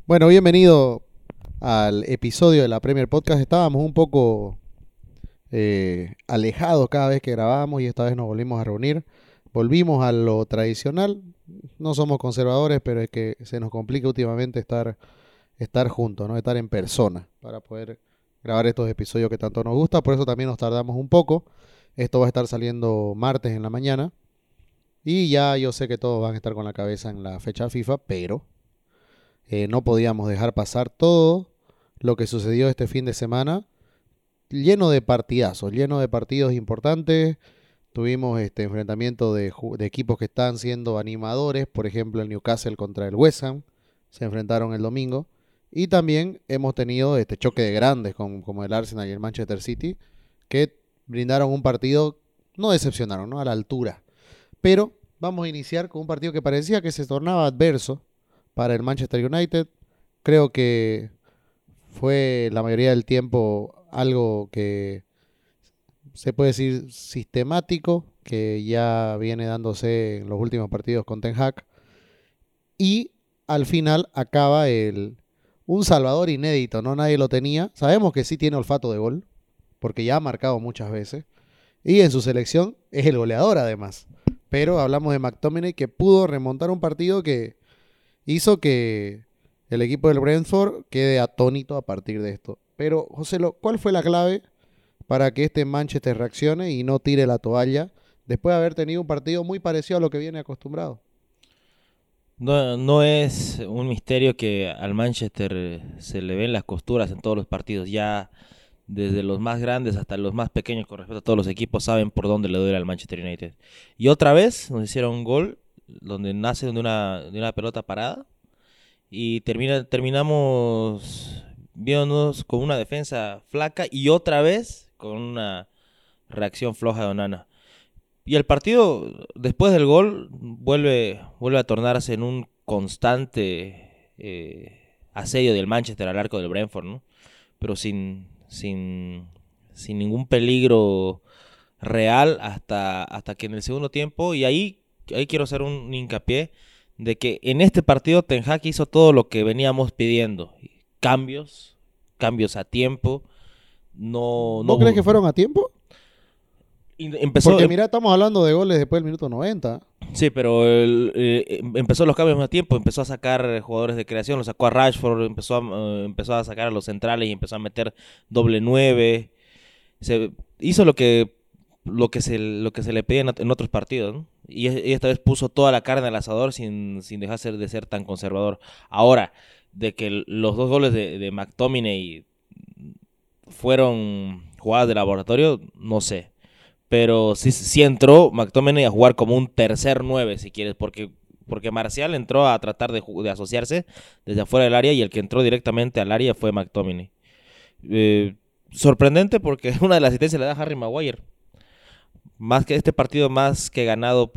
Bueno, bienvenido al episodio de la Premier Podcast. Estábamos un poco alejados cada vez que grabábamos y esta vez nos volvimos a reunir. Volvimos a lo tradicional. No somos conservadores, pero es que se nos complica últimamente estar juntos, ¿no? Estar en persona para poder grabar estos episodios que tanto nos gusta. Por eso también nos tardamos un poco. Esto va a estar saliendo martes en la mañana. Y ya yo sé que todos van a estar con la cabeza en la fecha FIFA, pero no podíamos dejar pasar todo lo que sucedió este fin de semana, lleno de partidazos, lleno de partidos importantes. Tuvimos este enfrentamiento de equipos que están siendo animadores, por ejemplo el Newcastle contra el West Ham, se enfrentaron el domingo. Y también hemos tenido este choque de grandes como el Arsenal y el Manchester City, que brindaron un partido, no decepcionaron, ¿no? A la altura. Pero vamos a iniciar con un partido que parecía que se tornaba adverso para el Manchester United. Creo que fue la mayoría del tiempo algo que se puede decir sistemático, que ya viene dándose en los últimos partidos con Ten Hag. Y al final acaba un salvador inédito, ¿no? Nadie lo tenía. Sabemos que sí tiene olfato de gol, porque ya ha marcado muchas veces. Y en su selección es el goleador además. Pero hablamos de McTominay, que pudo remontar un partido que hizo que el equipo del Brentford quede atónito a partir de esto. Pero, José, ¿cuál fue la clave para que este Manchester reaccione y no tire la toalla después de haber tenido un partido muy parecido a lo que viene acostumbrado? No es un misterio que al Manchester se le ven las costuras en todos los partidos. Ya desde los más grandes hasta los más pequeños, con respecto a todos los equipos, saben por dónde le duele al Manchester United. Y otra vez nos hicieron un gol donde nace de una pelota parada y terminamos viéndonos con una defensa flaca y otra vez con una reacción floja de Onana. Y el partido, después del gol, vuelve a tornarse en un constante asedio del Manchester al arco del Brentford, ¿no? Pero sin ningún peligro real hasta que en el segundo tiempo, y ahí quiero hacer un hincapié, de que en este partido Ten Hag hizo todo lo que veníamos pidiendo. Cambios a tiempo, no, ¿Vos crees que no fueron a tiempo? empezó. Porque mira, estamos hablando de goles después del minuto 90. Sí, pero empezó los cambios a tiempo, empezó a sacar jugadores de creación, lo sacó a Rashford, empezó a sacar a los centrales y empezó a meter doble nueve. Hizo lo que se le pedía en otros partidos, ¿no? Y esta vez puso toda la carne al asador sin dejar de ser tan conservador. Ahora, de que los dos goles de McTominay fueron jugadas de laboratorio, no sé. Pero sí entró McTominay a jugar como un tercer 9, si quieres, porque Marcial entró a tratar de asociarse desde afuera del área y el que entró directamente al área fue McTominay. Sorprendente porque una de las asistencias le da a Harry Maguire. Más que este partido, más que ganado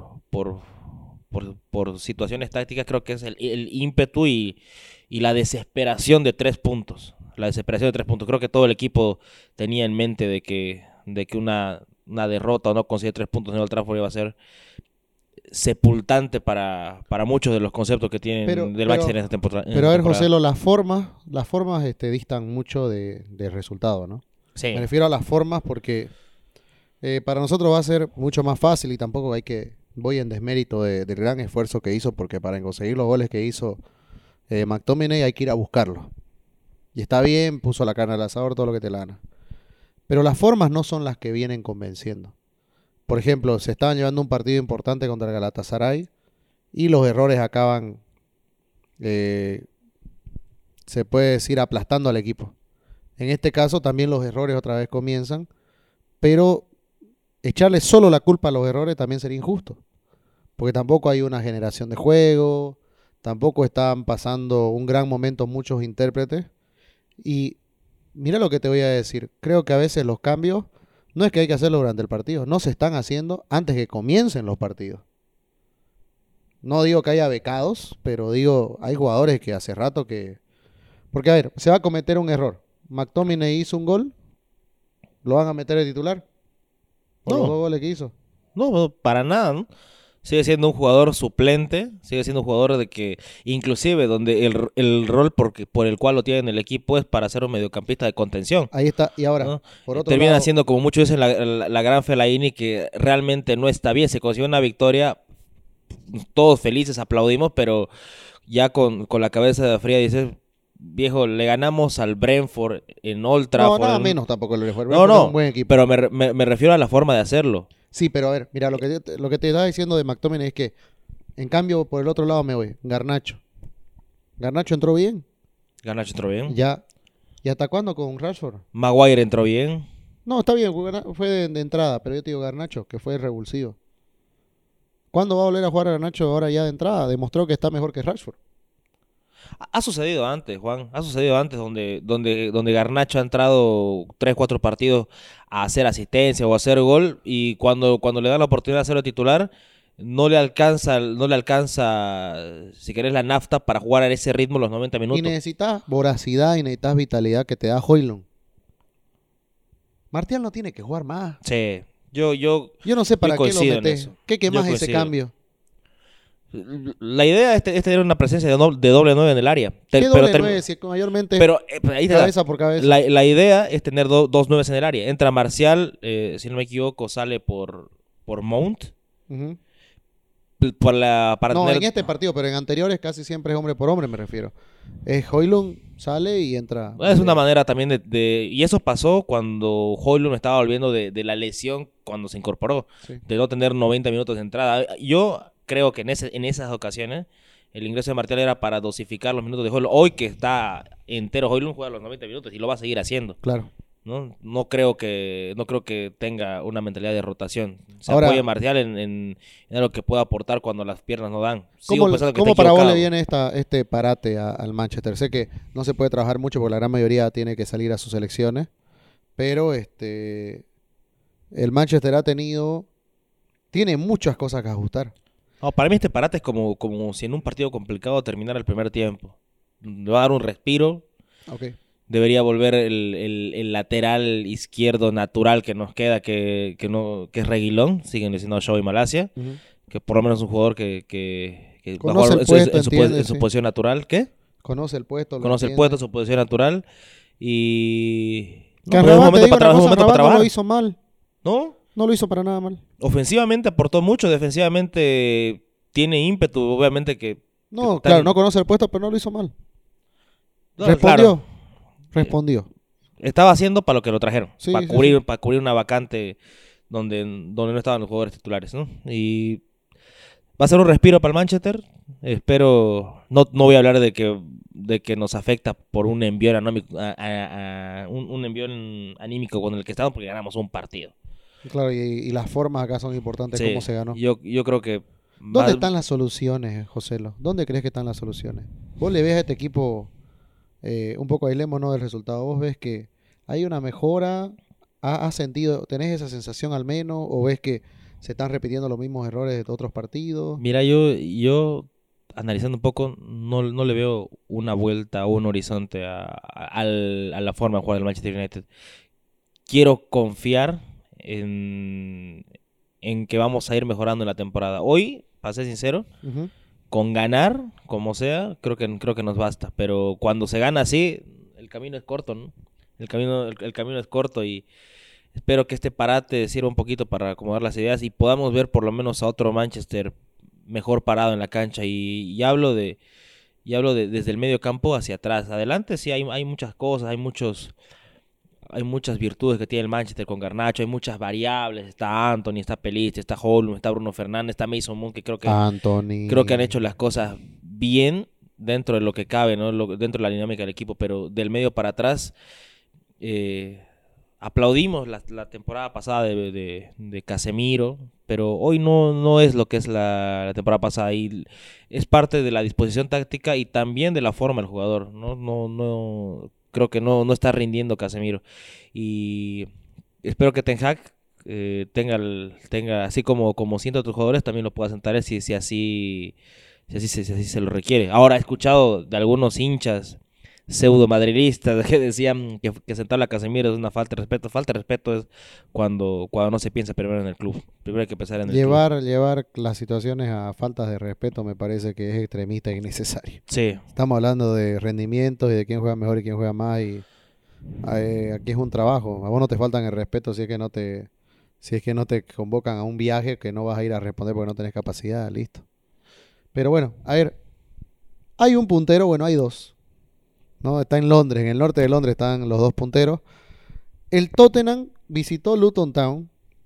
por situaciones tácticas, creo que es el ímpetu y la desesperación de 3 puntos. La desesperación de 3 puntos. Creo que todo el equipo tenía en mente de que una derrota o no conseguir 3 puntos en el Old Trafford iba a ser sepultante para muchos de los conceptos que tienen del Manchester en esta temporada. Pero a ver, José, las formas distan mucho del resultado, ¿no? Me Sí, refiero a las formas porque para nosotros va a ser mucho más fácil y tampoco voy en desmérito del gran esfuerzo que hizo, porque para conseguir los goles que hizo McTominay hay que ir a buscarlo. Y está bien, puso la carne al asador, todo lo que te la gana. Pero las formas no son las que vienen convenciendo. Por ejemplo, se estaban llevando un partido importante contra el Galatasaray y los errores acaban, eh, se puede decir, aplastando al equipo. En este caso también los errores otra vez comienzan, pero echarle solo la culpa a los errores también sería injusto, porque tampoco hay una generación de juego, tampoco están pasando un gran momento muchos intérpretes. Y mira lo que te voy a decir, creo que a veces los cambios no es que hay que hacerlo durante el partido, no se están haciendo antes que comiencen los partidos. No digo que haya becados, pero digo, hay jugadores que hace rato que... Porque a ver, se va a cometer un error. McTominay hizo un gol, lo van a meter de titular por los dos no, goles que hizo. no, para nada, ¿no? Sigue siendo un jugador suplente, sigue siendo un jugador de que, inclusive, donde el rol por el cual lo tiene en el equipo es para ser un mediocampista de contención. Ahí está. Y ahora, ¿No? por otro Termina lado, siendo, como muchos dicen, la gran Fellaini, que realmente no está bien. Se consiguió una victoria, todos felices, aplaudimos, pero ya con la cabeza fría dices, viejo, le ganamos al Brentford en Old no, Trafford. nada menos tampoco el Brentford. No, Es un no, buen equipo. pero me refiero a la forma de hacerlo. Sí, pero a ver, mira, lo que te estaba diciendo de McTominay es que, en cambio, por el otro lado me voy, Garnacho. Garnacho entró bien. Garnacho entró bien. Ya. ¿Y hasta cuándo con Rashford? Maguire entró bien. No, está bien, fue de entrada, pero yo te digo Garnacho, que fue revulsivo. ¿Cuándo va a volver a jugar a Garnacho ahora ya de entrada? Demostró que está mejor que Rashford. Ha sucedido antes, Juan. Ha sucedido antes donde Garnacho ha entrado 3, 4 partidos a hacer asistencia o a hacer gol y cuando le da la oportunidad de hacerlo titular, no le alcanza, si querés, la nafta para jugar a ese ritmo los 90 Y minutos. necesitas voracidad y necesitas vitalidad que te da Højlund. Martial no tiene que jugar más. Sí, yo Yo no sé para qué lo coincido en metes. eso. ¿Qué quemás Yo ese coincido. cambio? La idea es tener una presencia de doble 9 en el área. ¿Qué Pero, doble ter- 9? Si mayormente es pero ahí te da. cabeza por cabeza. La idea es tener dos 9 en el área. Entra Marcial, si no me equivoco, sale por Mount. Ujú. Para No, tener... en este partido, pero en anteriores casi siempre es hombre por hombre, me refiero. Højlund sale y entra. Es una manera también y eso pasó cuando Højlund estaba volviendo de la lesión cuando se incorporó, Sí. de no tener 90 minutos de entrada. Yo creo que en esas ocasiones el ingreso de Martial era para dosificar los minutos de Højlund. Hoy que está entero, Højlund juega los 90 minutos y lo va a seguir haciendo. Claro. No creo que tenga una mentalidad de rotación. Se Ahora- apoya Martial en algo que pueda aportar cuando las piernas no dan. Sigo ¿Cómo, pensando que cómo está para vos le equivocado. viene este parate al Manchester? Sé que no se puede trabajar mucho porque la gran mayoría tiene que salir a sus elecciones, pero el Manchester tiene muchas cosas que ajustar. No, para mí este parate es como si en un partido complicado terminara el primer tiempo. Le va a dar un respiro. Ok. Debería volver el lateral izquierdo natural que nos queda, que es Reguilón. Siguen diciendo Show y Malasia. Ujú. Que por lo menos es un jugador que va a Conoce jugar el puesto, entiende, en su sí. posición natural. ¿Qué? Conoce el puesto. lo Conoce el entiende. puesto, su posición natural. Y... Que No, pero es un Rabat, te momento digo para una cosa, trabajar. Rabat no lo hizo mal. ¿No? No lo hizo para nada mal. Ofensivamente aportó mucho, defensivamente tiene ímpetu, obviamente que... No, que claro, no conoce el puesto, pero no lo hizo mal. No, Respondió. claro, Respondió. estaba haciendo para lo que lo trajeron, Sí, para sí, cubrir, sí. para cubrir una vacante donde no estaban los jugadores titulares, ¿no? Y va a ser un respiro para el Manchester. Espero, no voy a hablar de que nos afecta por un envión anímico, un envión anímico con el que estamos porque ganamos un partido. Claro, y las formas acá son importantes, Sí, cómo se ganó. yo creo que ¿Dónde están las soluciones, Joselo? ¿Dónde crees que están las soluciones? Vos le ves a este equipo, un poco ailémonos del resultado, vos ves que hay una mejora, ¿has sentido, tenés esa sensación al menos, o ves que se están repitiendo los mismos errores de otros partidos? Mira, yo analizando un poco, no le veo una vuelta o un horizonte a la forma de jugar del Manchester United. Quiero confiar en que vamos a ir mejorando en la temporada. Hoy, para ser sincero, Ujú. con ganar, como sea, creo que nos basta. Pero cuando se gana así, el camino es corto, ¿no? El camino es corto y espero que este parate sirva un poquito para acomodar las ideas y podamos ver por lo menos a otro Manchester mejor parado en la cancha. Y hablo desde el medio campo hacia atrás. Adelante sí hay muchas cosas, hay muchas virtudes que tiene el Manchester con Garnacho, hay muchas variables, está Anthony, está Pelistri, está Højlund, está Bruno Fernández, está Mason Mount, que creo que han hecho las cosas bien dentro de lo que cabe, ¿no? Dentro de la dinámica del equipo, pero del medio para atrás aplaudimos la temporada pasada de Casemiro, pero hoy no es lo que es la temporada pasada y es parte de la disposición táctica y también de la forma del jugador, no creo que no está rindiendo Casemiro y espero que Ten Hag tenga así como sienten otros jugadores, también lo pueda sentar él si así se lo requiere. Ahora he escuchado de algunos hinchas pseudo madridistas que decían que sentar a Casemiro es una falta de respeto. Falta de respeto es cuando no se piensa primero en el club. Primero hay que pensar en el club. Llevar las situaciones a faltas de respeto me parece que es extremista e innecesario. Sí. Estamos hablando de rendimientos y de quién juega mejor y quién juega más y aquí es un trabajo. A vos no te faltan el respeto si es que no te convocan a un viaje que no vas a ir a responder porque no tenés capacidad, listo. Pero bueno, a ver, hay un puntero, bueno, hay dos. ¿No? Está en Londres, en el norte de Londres están los dos punteros. El Tottenham visitó Luton Town.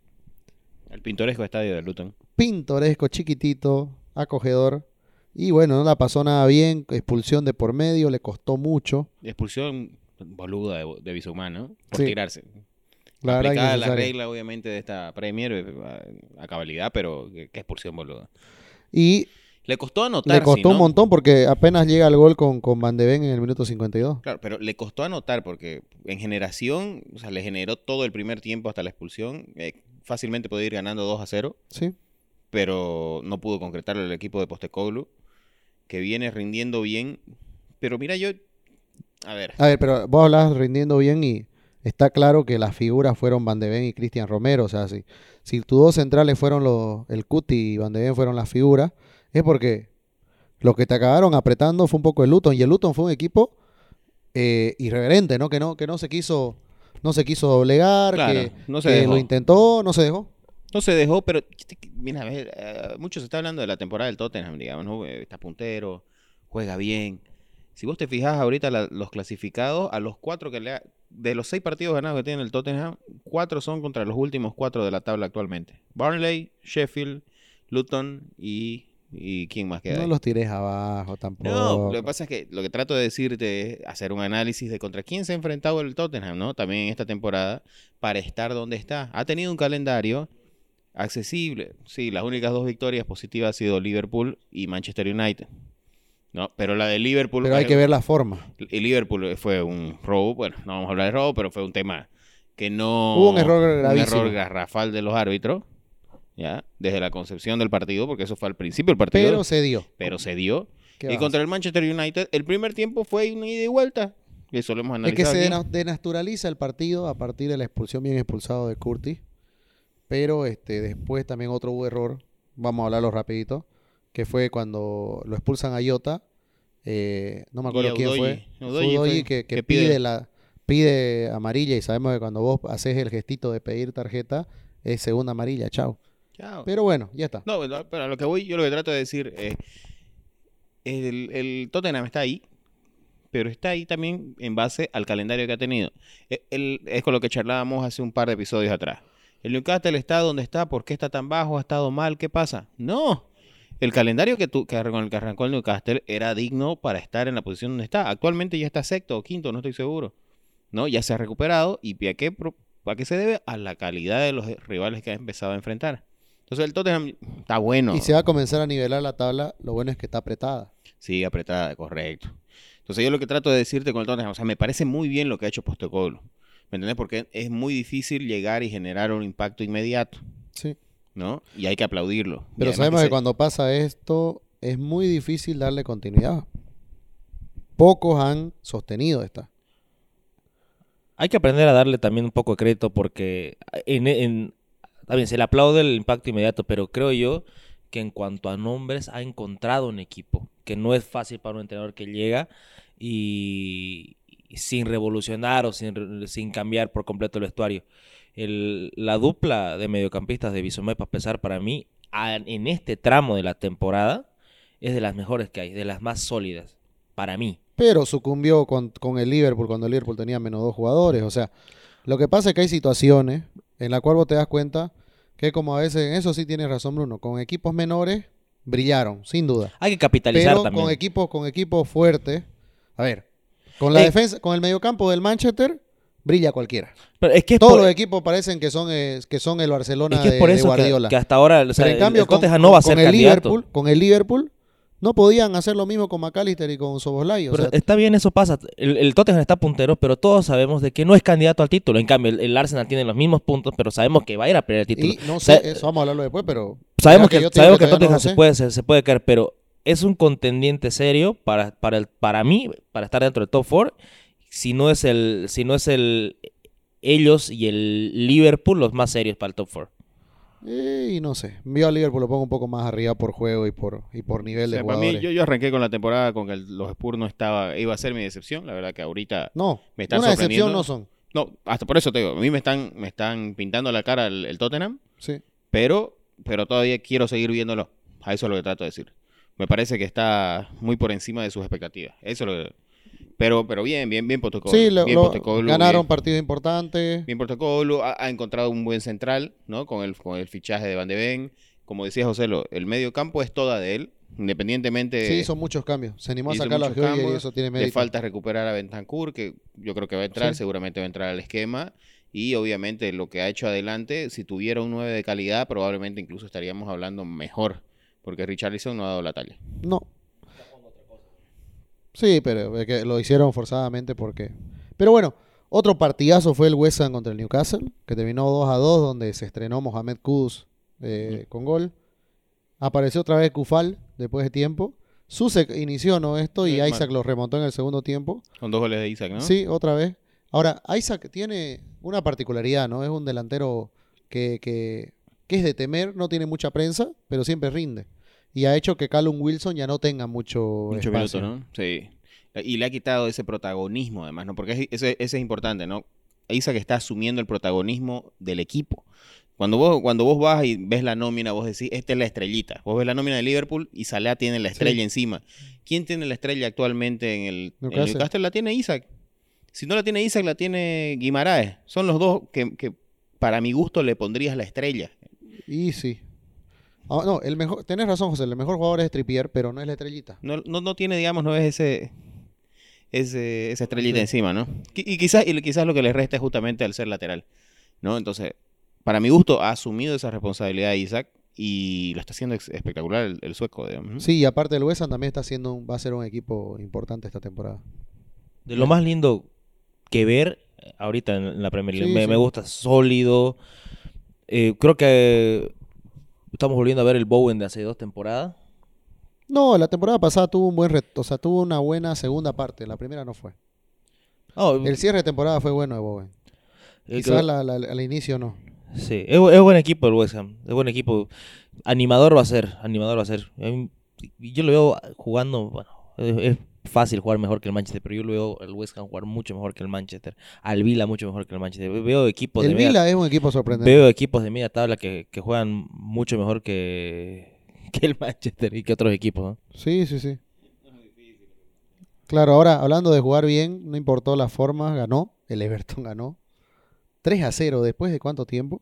El pintoresco estadio de Luton. Pintoresco, chiquitito, acogedor. Y bueno, no la pasó nada bien. Expulsión de por medio, le costó mucho. Expulsión boluda de Bissouma, ¿no? Por Sí. tirarse. La verdad Aplicada la innecesaria. regla, obviamente, de esta Premier a cabalidad, pero qué expulsión boluda. Y Le costó anotar, le costó ¿no? un montón porque apenas llega el gol con Van de Ven en el minuto 52. Claro, pero le costó anotar porque en generación, o sea, le generó todo el primer tiempo hasta la expulsión. Fácilmente podía ir ganando 2-0, Sí. pero no pudo concretarlo el equipo de Postecoglou, que viene rindiendo bien. Pero mira, a ver, A ver, pero vos hablás rindiendo bien y está claro que las figuras fueron Van de Ven y Cristian Romero. O sea, si tus dos centrales fueron el Cuti y Van de Ven fueron las figuras, es porque lo que te acabaron apretando fue un poco el Luton. Y el Luton fue un equipo irreverente, ¿no? Que no se quiso doblegar, claro, que, no se que dejó. lo intentó, no se dejó. No se dejó, pero mira, a ver, mucho se está hablando de la temporada del Tottenham, digamos, ¿no? Está puntero, juega bien. Si vos te fijas ahorita los clasificados, a los 4 de los 6 partidos ganados que tiene el Tottenham, 4 son contra los últimos 4 de la tabla actualmente. Burnley, Sheffield, Luton y ¿quién más queda No ahí? los tires abajo tampoco. No, lo que pasa es que lo que trato de decirte es hacer un análisis de contra quién se ha enfrentado el Tottenham, ¿no? También en esta temporada, para estar donde está. Ha tenido un calendario accesible. Sí, las únicas 2 victorias positivas han sido Liverpool y Manchester United, ¿no? Pero la de Liverpool... Pero hay que ver la forma. Y Liverpool fue un robo, bueno, no vamos a hablar de robo, pero fue un tema que no... Hubo un error gravísimo. Un error garrafal de los árbitros, ¿ya? Desde la concepción del partido, porque eso fue al principio del partido. Pero se dio. Pero se dio. ¿Qué Y vas a contra el Manchester United, el primer tiempo fue una ida y vuelta. Eso lo hemos Es que analizado se aquí. denaturaliza el partido a partir de la expulsión bien expulsado de Curtis. Pero después también otro error, vamos a hablarlo rapidito, que fue cuando lo expulsan a Jota. No me acuerdo Y quién fue. Udogie Udogie fue que pide- pide amarilla y sabemos que cuando vos haces el gestito de pedir tarjeta es segunda amarilla, chao. Chao. Pero bueno, ya está. No, pero a lo que voy, yo lo que trato de decir es, el Tottenham está ahí, pero está ahí también en base al calendario que ha tenido. Es con lo que charlábamos hace un par de episodios atrás. El Newcastle está donde está, ¿por qué está tan bajo? ¿Ha estado mal? ¿Qué pasa? No. El calendario con el que arrancó el Newcastle era digno para estar en la posición donde está. Actualmente ya está sexto o quinto, no estoy seguro. ¿No? Ya se ha recuperado. ¿Y a qué se debe? A la calidad de los rivales que ha empezado a enfrentar. Entonces el Tottenham está bueno. Y se va a comenzar a nivelar la tabla. Lo bueno es que está apretada. Sí, apretada, correcto. Entonces yo lo que trato de decirte con el Tottenham, o sea, me parece muy bien lo que ha hecho Postecoglou. ¿Me entendés? Porque es muy difícil llegar y generar un impacto inmediato, Sí. ¿no? Y hay que aplaudirlo. Y Pero además sabemos que se- cuando pasa esto es muy difícil darle continuidad. Pocos han sostenido esta. Hay que aprender a darle también un poco de crédito porque también se le aplaude el impacto inmediato, pero creo yo que en cuanto a nombres ha encontrado un equipo, que no es fácil para un entrenador que llega y sin revolucionar o sin cambiar por completo el vestuario. La dupla de mediocampistas de Bissouma, para empezar, para mí, en este tramo de la temporada, es de las mejores que hay, de las más sólidas, para mí. Pero sucumbió con el Liverpool cuando el Liverpool tenía menos 2 jugadores. O sea, lo que pasa es que hay situaciones en las cuales vos te das cuenta que como a veces, en eso sí tienes razón Bruno, con equipos menores brillaron, sin duda. Hay que capitalizar Pero también. con equipos fuertes, a ver, con la defensa, con el mediocampo del Manchester, brilla cualquiera. Pero es que es Todos por, los equipos parecen que son el Barcelona es que es de, por de eso Guardiola. que hasta ahora o sea, Pero en cambio, el Tottenham no va a ser candidato. con el Liverpool, no podían hacer lo mismo con McAllister y con Szoboszlai. O Pero sea, está bien, eso pasa. El Tottenham está puntero, pero todos sabemos de que no es candidato al título. En cambio, el Arsenal tiene los mismos puntos, pero sabemos que va a ir a pelear el título. y no Sa- sé, eso vamos a hablarlo después, pero sabemos mira que, yo te sabemos digo que el todavía no Tottenham lo sé. se puede caer, pero es un contendiente serio para mí, para estar dentro del top 4, si no es ellos y el Liverpool los más serios para el top 4. Y no sé, yo a Liverpool lo pongo un poco más arriba por juego y por O nivel de sea, para mí, jugadores. yo arranqué con la temporada con que los Spurs no iba a ser mi decepción. La verdad que ahorita No, me están una decepción sorprendiendo. no son. No, hasta por eso te digo, a mí me están pintando la cara el Tottenham, Sí. pero todavía quiero seguir viéndolo. A eso es lo que trato de decir. Me parece que está muy por encima de sus expectativas. Eso es lo que... Pero bien Postecoglou. Sí, Bien Postecoglou, ganaron bien. partidos importantes. Bien Postecoglou, ha encontrado un buen central, ¿no? Con el fichaje de Van de Ven. Como decía José, el medio campo es toda de él, independientemente. Sí, hizo muchos cambios. Se animó a Hizo sacarlo a muchos Højbjerg y cambios. eso tiene Le mérito. falta recuperar a Bentancur, que yo creo que va a entrar, Sí. seguramente va a entrar al esquema. Y obviamente lo que ha hecho adelante, si tuviera un 9 de calidad, probablemente incluso estaríamos hablando mejor, porque Richarlison no ha dado la talla. No. Sí, pero es que lo hicieron forzadamente porque... Pero bueno, otro partidazo fue el West Ham contra el Newcastle, que terminó 2-2, donde se estrenó Mohamed Kudus con gol. Apareció otra vez Kufal después de tiempo. Susek inició, ¿no? Esto y Sí, Isaac lo remontó en el segundo tiempo. Con 2 goles de Isaac, ¿no? Sí, otra vez. Ahora, Isaac tiene una particularidad, ¿no? Es un delantero que es de temer, no tiene mucha prensa, pero siempre rinde. Y ha hecho que Callum Wilson ya no tenga mucho Muchos espacio. minutos, ¿no? Sí. Y le ha quitado ese protagonismo, además, ¿no? Porque ese es importante, ¿no? Isaac está asumiendo el protagonismo del equipo. Cuando vos vas y ves la nómina, vos decís, esta es la estrellita. Vos ves la nómina de Liverpool y Salah tiene la estrella Sí. encima. ¿Quién tiene la estrella actualmente en el Newcastle. Newcastle? La tiene Isaac. Si no la tiene Isaac, la tiene Guimaraes. Son los dos que para mi gusto le pondrías la estrella. Y sí. Ah, no, el mejor, tenés razón, José, el mejor jugador es Trippier, pero no es la estrellita. No tiene, digamos, no es esa estrellita Sí. encima, ¿no? Y quizás lo que le resta es justamente al ser lateral, ¿no? Entonces, para mi gusto, ha asumido esa responsabilidad Isaac y lo está haciendo espectacular el sueco, digamos, ¿no? Sí, y aparte el West Ham también va a ser un equipo importante esta temporada. De lo más lindo que ver ahorita en la Premier League. Sí, sí. Me gusta sólido. Creo que estamos volviendo a ver el Bowen de hace 2 temporadas. No, la temporada pasada tuvo un buen reto, o sea, tuvo una buena segunda parte, la primera no fue. No, El cierre de temporada fue bueno de Bowen. Quizás al inicio no. Sí, es buen equipo el West Ham. Es buen equipo. Animador va a ser. Animador va a ser. Yo lo veo jugando. Bueno, es fácil jugar mejor que el Manchester, pero yo lo veo el West Ham jugar mucho mejor que el Manchester. Al Villa mucho mejor que el Manchester. Veo equipos El de media, Villa es un equipo sorprendente. veo equipos de media tabla que juegan mucho mejor que el Manchester y que otros equipos, ¿no? Sí, sí, sí. Claro, ahora hablando de jugar bien, no importó la forma, ganó. El Everton ganó 3-0 después de cuánto tiempo.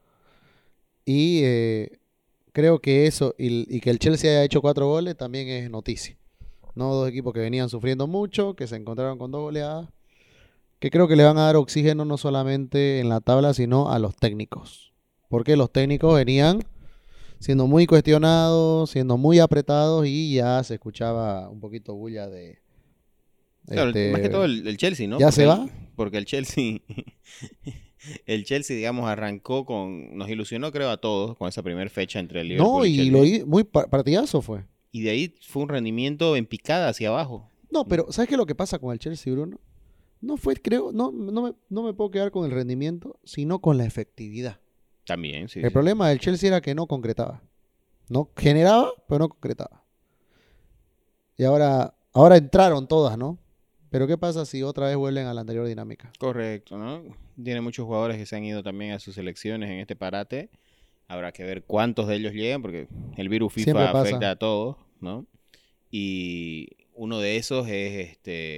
Y creo que eso y que el Chelsea haya hecho 4 goles también es noticia. No, dos equipos que venían sufriendo mucho, que se encontraron con 2 goleadas, que creo que le van a dar oxígeno no solamente en la tabla, sino a los técnicos. Porque los técnicos venían siendo muy cuestionados, siendo muy apretados y ya se escuchaba un poquito bulla de... Claro, más que todo el Chelsea, ¿no? ¿Ya Porque se va? Porque el Chelsea, digamos, arrancó nos ilusionó, creo, a todos con esa primera fecha entre el Liverpool No, y y Chelsea. muy partidazo fue. Y de ahí fue un rendimiento en picada hacia abajo. No, pero ¿sabes qué es lo que pasa con el Chelsea, Bruno? No fue, creo, no me puedo quedar con el rendimiento, sino con la efectividad. También, sí. El problema del Chelsea era que no concretaba. No generaba, pero no concretaba. Y ahora entraron todas, ¿no? Pero ¿qué pasa si otra vez vuelven a la anterior dinámica? Correcto, ¿no? Tiene muchos jugadores que se han ido también a sus selecciones en este parate. Habrá que ver cuántos de ellos llegan, porque el virus Siempre FIFA pasa. afecta a todos, ¿no? Y uno de esos es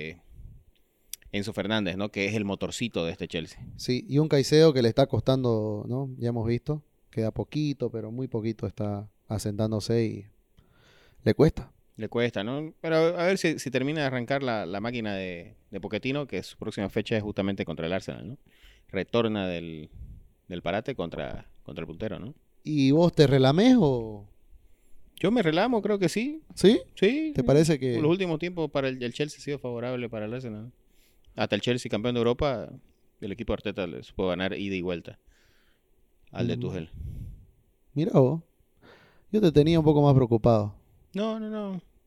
Enzo Fernández, ¿no? Que es el motorcito de este Chelsea. Sí, y un Caicedo que le está costando, ¿no? Ya hemos visto, queda poquito, pero muy poquito está asentándose y le cuesta. Le cuesta, ¿no? Pero a ver si termina de arrancar la máquina de Pochettino, que su próxima fecha es justamente contra el Arsenal, ¿no? Retorna del parate contra el puntero, ¿no? ¿Y vos te relamés o...? Yo me relamo, creo que sí. ¿Sí? Sí. ¿Te parece que...? Los últimos tiempos para el Chelsea ha sido favorable para el Arsenal. Hasta el Chelsea, campeón de Europa, el equipo Arteta le supo ganar ida y vuelta al de Tuchel. Mira vos. Yo te tenía un poco más preocupado. No.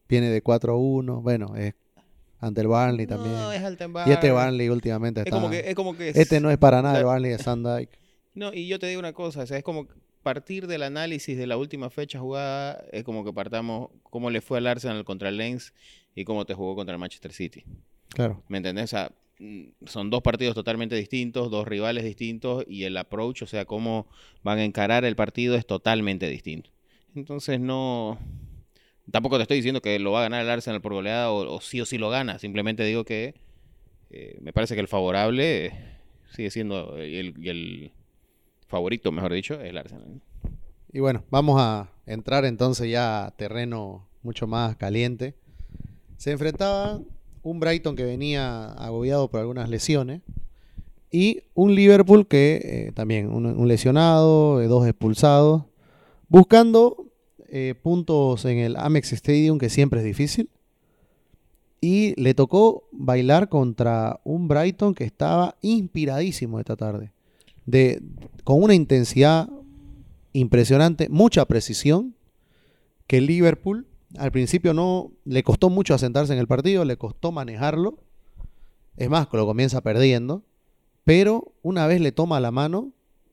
viene de 4-1, bueno, es ante el Burnley también. No, es alta en Y este Burnley últimamente Es está... como que Este no es para nada la- el Burnley de Sandike. No, y yo te digo una cosa, o sea, es como partir del análisis de la última fecha jugada, es como que partamos cómo le fue al Arsenal contra el Lens y cómo te jugó contra el Manchester City. Claro. ¿Me entendés? O sea, son dos partidos totalmente distintos, dos rivales distintos y el approach, o sea, cómo van a encarar el partido es totalmente distinto. Entonces no... Tampoco te estoy diciendo que lo va a ganar el Arsenal por goleada o sí lo gana. Simplemente digo que me parece que el favorable sigue siendo el favorito, mejor dicho, es el Arsenal. Y bueno, vamos a entrar entonces ya a terreno mucho más caliente. Se enfrentaba un Brighton que venía agobiado por algunas lesiones y un Liverpool que también un lesionado, dos expulsados, buscando puntos en el Amex Stadium, que siempre es difícil. Y le tocó bailar contra un Brighton que estaba inspiradísimo esta tarde. Con una intensidad impresionante, mucha precisión, que el Liverpool al principio no le costó mucho asentarse en el partido, le costó manejarlo. Es más, lo comienza perdiendo. Pero una vez le toma la mano,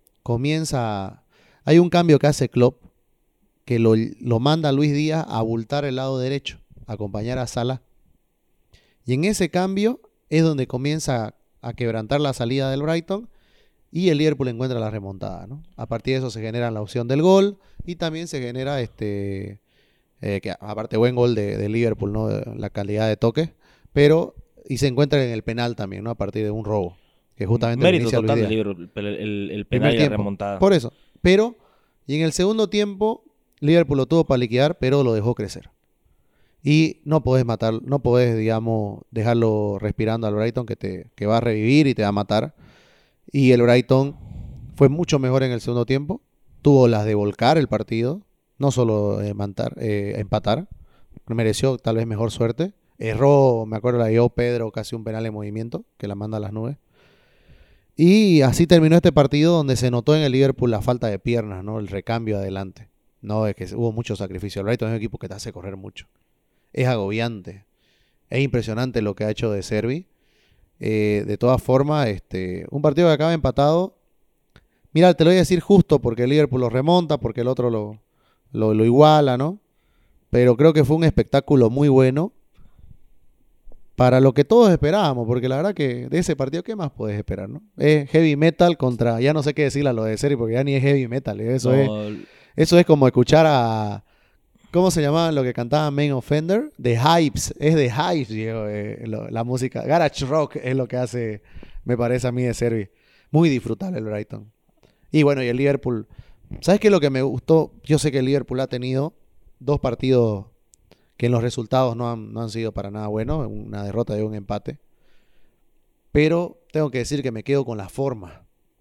hay un cambio que hace Klopp, que lo manda a Luis Díaz a abultar el lado derecho, a acompañar a Salah. Y en ese cambio es donde comienza a quebrantar la salida del Brighton y el Liverpool encuentra la remontada, ¿no? A partir de eso se genera la opción del gol y también se genera que aparte buen gol de Liverpool, ¿no? La calidad de toque, y se encuentra en el penal también, ¿no? A partir de un robo, que justamente lo Mérito inicia Luis total de Díaz. Liverpool, el Primer penal y la tiempo. remontada. Por eso. Y en el segundo tiempo, Liverpool lo tuvo para liquidar, pero lo dejó crecer. Y no podés, digamos, dejarlo respirando al Brighton que va a revivir y te va a matar. Y el Brighton fue mucho mejor en el segundo tiempo. Tuvo las de volcar el partido, no solo empatar. Mereció tal vez mejor suerte. Erró, me acuerdo, la dio Pedro, casi un penal en movimiento, que la manda a las nubes. Y así terminó este partido donde se notó en el Liverpool la falta de piernas, ¿no? El recambio adelante. No, es que hubo mucho sacrificio. El Brighton es un equipo que te hace correr mucho. Es agobiante. Es impresionante lo que ha hecho De Zerbi. De todas formas, un partido que acaba empatado. Mira, te lo voy a decir justo porque el Liverpool lo remonta, porque el otro lo iguala, ¿no? Pero creo que fue un espectáculo muy bueno para lo que todos esperábamos, porque la verdad que de ese partido, ¿qué más puedes esperar, no? Es heavy metal contra, ya no sé qué decirle a lo de Zerbi, porque ya ni es heavy metal. Eso es como escuchar a... ¿Cómo se llamaban lo que cantaban Main Offender? The Hypes. Es The Hypes, Diego, la música. Garage Rock es lo que hace, me parece a mí, De Zerbi. Muy disfrutable el Brighton. Y bueno, y el Liverpool. ¿Sabes qué es lo que me gustó? Yo sé que el Liverpool ha tenido dos partidos que en los resultados no han sido para nada buenos. Una derrota y un empate. Pero tengo que decir que me quedo con la forma.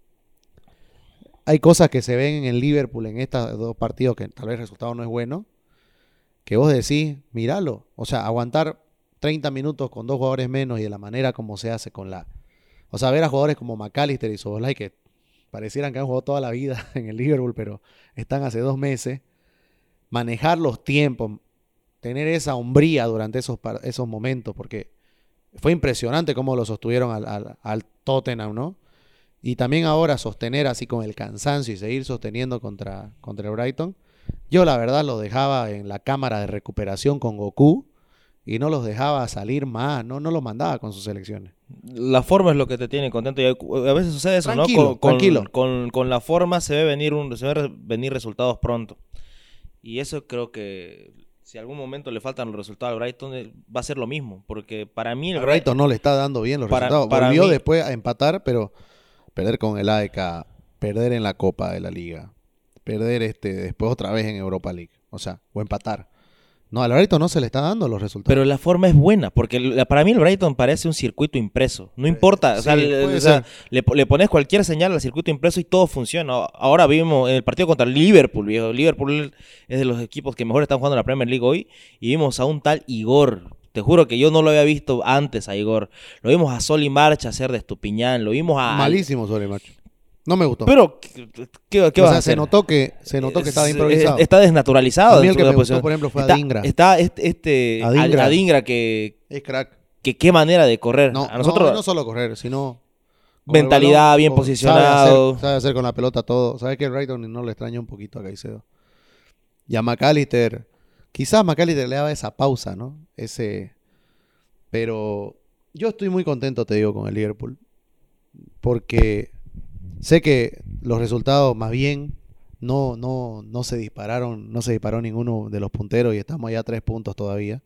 Hay cosas que se ven en el Liverpool en estos dos partidos que tal vez el resultado no es bueno, que vos decís, míralo. O sea, aguantar 30 minutos con dos jugadores menos y de la manera como se hace O sea, ver a jugadores como McAllister y Szoboszlai que parecieran que han jugado toda la vida en el Liverpool, pero están hace 2 meses. Manejar los tiempos, tener esa hombría durante esos momentos, porque fue impresionante cómo lo sostuvieron al Tottenham, ¿no? Y también ahora sostener así con el cansancio y seguir sosteniendo contra el Brighton. Yo la verdad los dejaba en la cámara de recuperación con Goku y no los dejaba salir más, no los mandaba con sus selecciones. La forma es lo que te tiene contento y a veces sucede eso, Tranquilo, ¿no? tranquilo. Con la forma se ve venir resultados pronto. Y eso creo que si algún momento le faltan los resultados al Brighton va a ser lo mismo, porque para mí el Brighton no le está dando bien los resultados. Volvió después a empatar, pero perder con el AEK, perder en la Copa de la Liga, perder después otra vez en Europa League, o empatar. No, al Brighton no se le está dando los resultados. Pero la forma es buena, porque para mí el Brighton parece un circuito impreso. No importa, Sí, le pones cualquier señal al circuito impreso y todo funciona. Ahora vimos el partido contra el Liverpool, viejo. Liverpool es de los equipos que mejor están jugando en la Premier League hoy. Y vimos a un tal Igor. Te juro que yo no lo había visto antes a Igor. Lo vimos a Solly March hacer de Estupiñán. Lo vimos a... Malísimo Solly March. No me gustó. Pero, ¿qué o vas a sea, hacer? se notó que estaba improvisado. Está desnaturalizado. A mí el que dentro de me la gustó, posición. por ejemplo, fue Está- Adingra. Está Adingra. Adingra que Es crack. qué manera de correr. No, A nosotros, no solo correr, sino... con el mentalidad, balón, bien o posicionado. Sabe hacer con la pelota todo. Sabe que Brighton no le extraña un poquito a Caicedo. Y a McAllister, quizás McAllister le daba esa pausa, ¿no? Pero yo estoy muy contento, te digo, con el Liverpool. Porque sé que los resultados más bien no se dispararon, no se disparó ninguno de los punteros y estamos ya a 3 puntos todavía.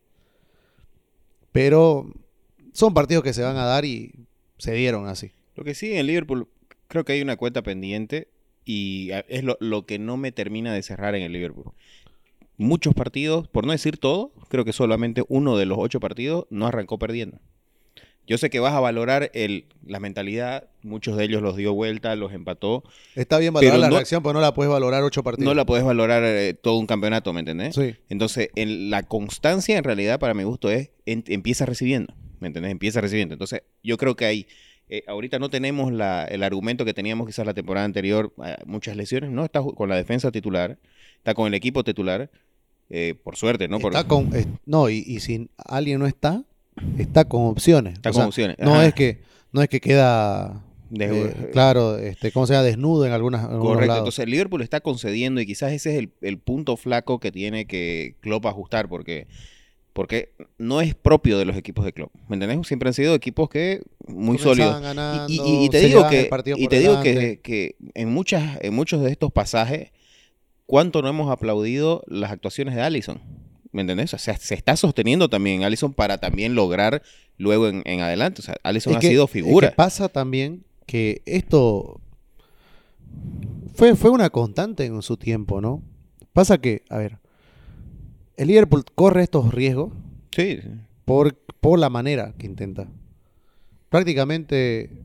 Pero son partidos que se van a dar y se dieron así. Lo que sí, en Liverpool, creo que hay una cuenta pendiente y es lo que no me termina de cerrar en el Liverpool. Muchos partidos, por no decir todo, creo que solamente uno de los 8 partidos no arrancó perdiendo. Yo sé que vas a valorar la mentalidad, muchos de ellos los dio vuelta, los empató. Está bien valorar Pero la no- reacción, pero no la puedes valorar 8 partidos. No la podés valorar todo un campeonato, ¿me entendés? Sí. Entonces, la constancia en realidad para mi gusto es empieza recibiendo, ¿me entendés? Empieza recibiendo. Entonces, yo creo que ahí, ahorita no tenemos el argumento que teníamos quizás la temporada anterior, muchas lesiones, no está con la defensa titular, está con el equipo titular, por suerte, ¿no? Está con, y si alguien no está con opciones. Está O con sea, opciones. No Ajá. es que queda claro, ¿cómo se llama? Desnudo en algunos Correcto, lados. entonces el Liverpool está concediendo y quizás ese es el punto flaco que tiene que Klopp ajustar porque no es propio de los equipos de Klopp, ¿me entendés? Siempre han sido equipos que muy Comenzaban sólidos. ganando, Y te se digo llevaban el que, partido y por te digo delante. que en muchos de estos pasajes, ¿cuánto no hemos aplaudido las actuaciones de Alisson? ¿Me entendés? O sea, se está sosteniendo también Alisson para también lograr luego en adelante. O sea, Alisson ha sido figura. Es que pasa también que esto fue una constante en su tiempo, ¿no? Pasa que, a ver, el Liverpool corre estos riesgos Sí, por la manera que intenta. Prácticamente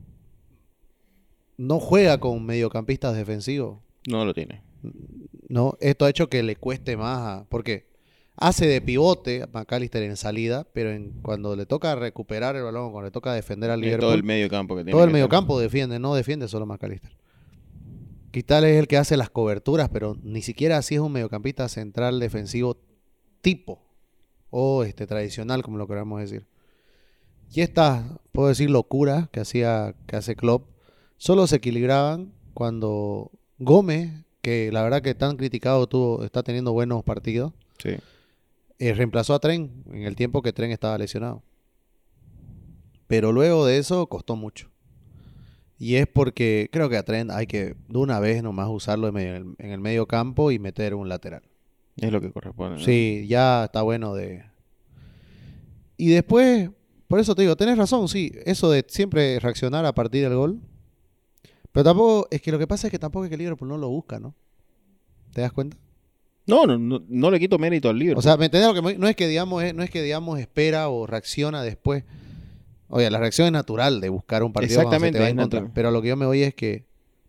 no juega con mediocampistas defensivos, no lo tiene. ¿no? Esto ha hecho que le cueste más, porque hace de pivote a McAllister en salida, pero cuando le toca recuperar el balón, cuando le toca defender al Liverpool, Todo el medio campo que tiene. todo el que mediocampo defiende, no defiende solo McAllister. Quital es el que hace las coberturas, pero ni siquiera así es un mediocampista central defensivo tipo o tradicional, como lo queramos decir. Y estas, puedo decir, locuras que hace Klopp, solo se equilibraban cuando Gómez, que la verdad que tan criticado está teniendo buenos partidos, Sí. reemplazó a Trent en el tiempo que Trent estaba lesionado. Pero luego de eso costó mucho. Y es porque creo que a Trent hay que de una vez nomás usarlo en el medio campo y meter un lateral. Es lo que corresponde, ¿no? Sí, ya está bueno de... Y después, por eso te digo, tenés razón, sí, eso de siempre reaccionar a partir del gol. Pero tampoco, es que lo que pasa es que tampoco es que el Liverpool no lo busca, ¿no? ¿Te das cuenta? No le quito mérito al Liverpool. O sea, ¿me entendés? No es que digamos espera o reacciona después. Oye, la reacción es natural de buscar un partido cuando se Exactamente, te va es en contra. natural. Pero a lo que yo me voy es que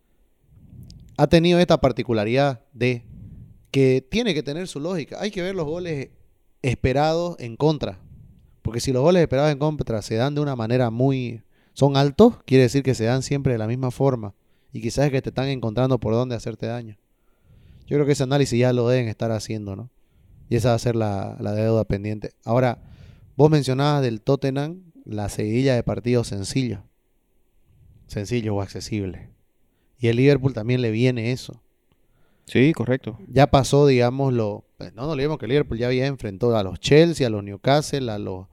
ha tenido esta particularidad de que tiene que tener su lógica. Hay que ver los goles esperados en contra. Porque si los goles esperados en contra se dan de una manera son altos, quiere decir que se dan siempre de la misma forma. Y quizás es que te están encontrando por dónde hacerte daño. Yo creo que ese análisis ya lo deben estar haciendo, ¿no? Y esa va a ser la deuda pendiente. Ahora, vos mencionabas del Tottenham la seguidilla de partidos sencillos o accesibles. Y el Liverpool también le viene eso. Sí, correcto. Ya pasó, digamos, no olvidemos que el Liverpool ya había enfrentado a los Chelsea, a los Newcastle, a los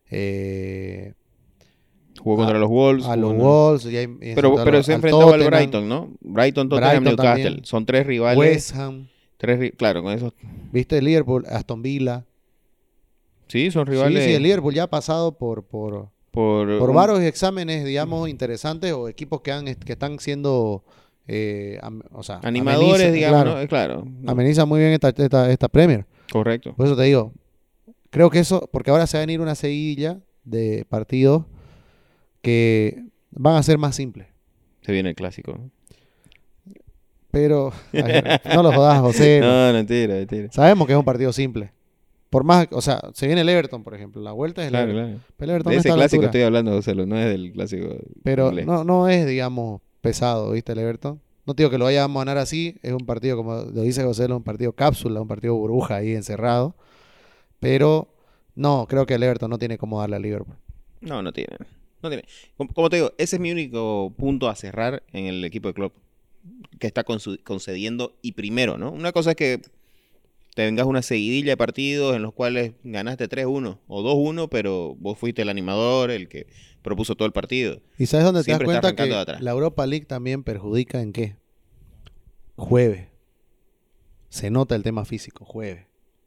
Jugó contra los Wolves. a los jugó- Wolves. Pero se enfrentaba al Tottenham, Brighton, ¿no? Brighton, Tottenham, Brighton Newcastle. también. Son 3 rivales. West Ham, Claro, con esos. ¿viste? El Liverpool, Aston Villa. Sí, son rivales. Sí, el Liverpool ya ha pasado por por varios exámenes, digamos, interesantes o equipos que están siendo animadores, ameniza, digamos, claro, ¿no? Claro. ameniza muy bien esta Premier. Correcto. Por eso te digo, creo que eso, porque ahora se va a venir una seguidilla de partidos que van a ser más simples. Se viene el clásico, ¿no? Pero, a ver, no lo jodas, José. No, mentira. Sabemos que es un partido simple. Por más, o sea, se viene el Everton, por ejemplo. La vuelta es el Claro, Everton. claro. Pero el Everton De no ese está a la clásico altura. estoy hablando, José, no es del clásico Pero inglés. no es, digamos, pesado, ¿viste? El Everton. No digo que lo vayamos a ganar así, es un partido, como lo dice José, un partido cápsula, un partido burbuja ahí encerrado. Pero no, creo que el Everton no tiene cómo darle a Liverpool. No, no tiene. No tiene. Como te digo, ese es mi único punto a cerrar en el equipo de Klopp, que está concediendo y primero, ¿no? Una cosa es que te vengas una seguidilla de partidos en los cuales ganaste 3-1 o 2-1, pero vos fuiste el animador, el que propuso todo el partido. ¿Y sabes dónde te das Siempre está cuenta arrancando de que atrás. la Europa League también perjudica en qué? Jueves. Se nota el tema físico, jueves.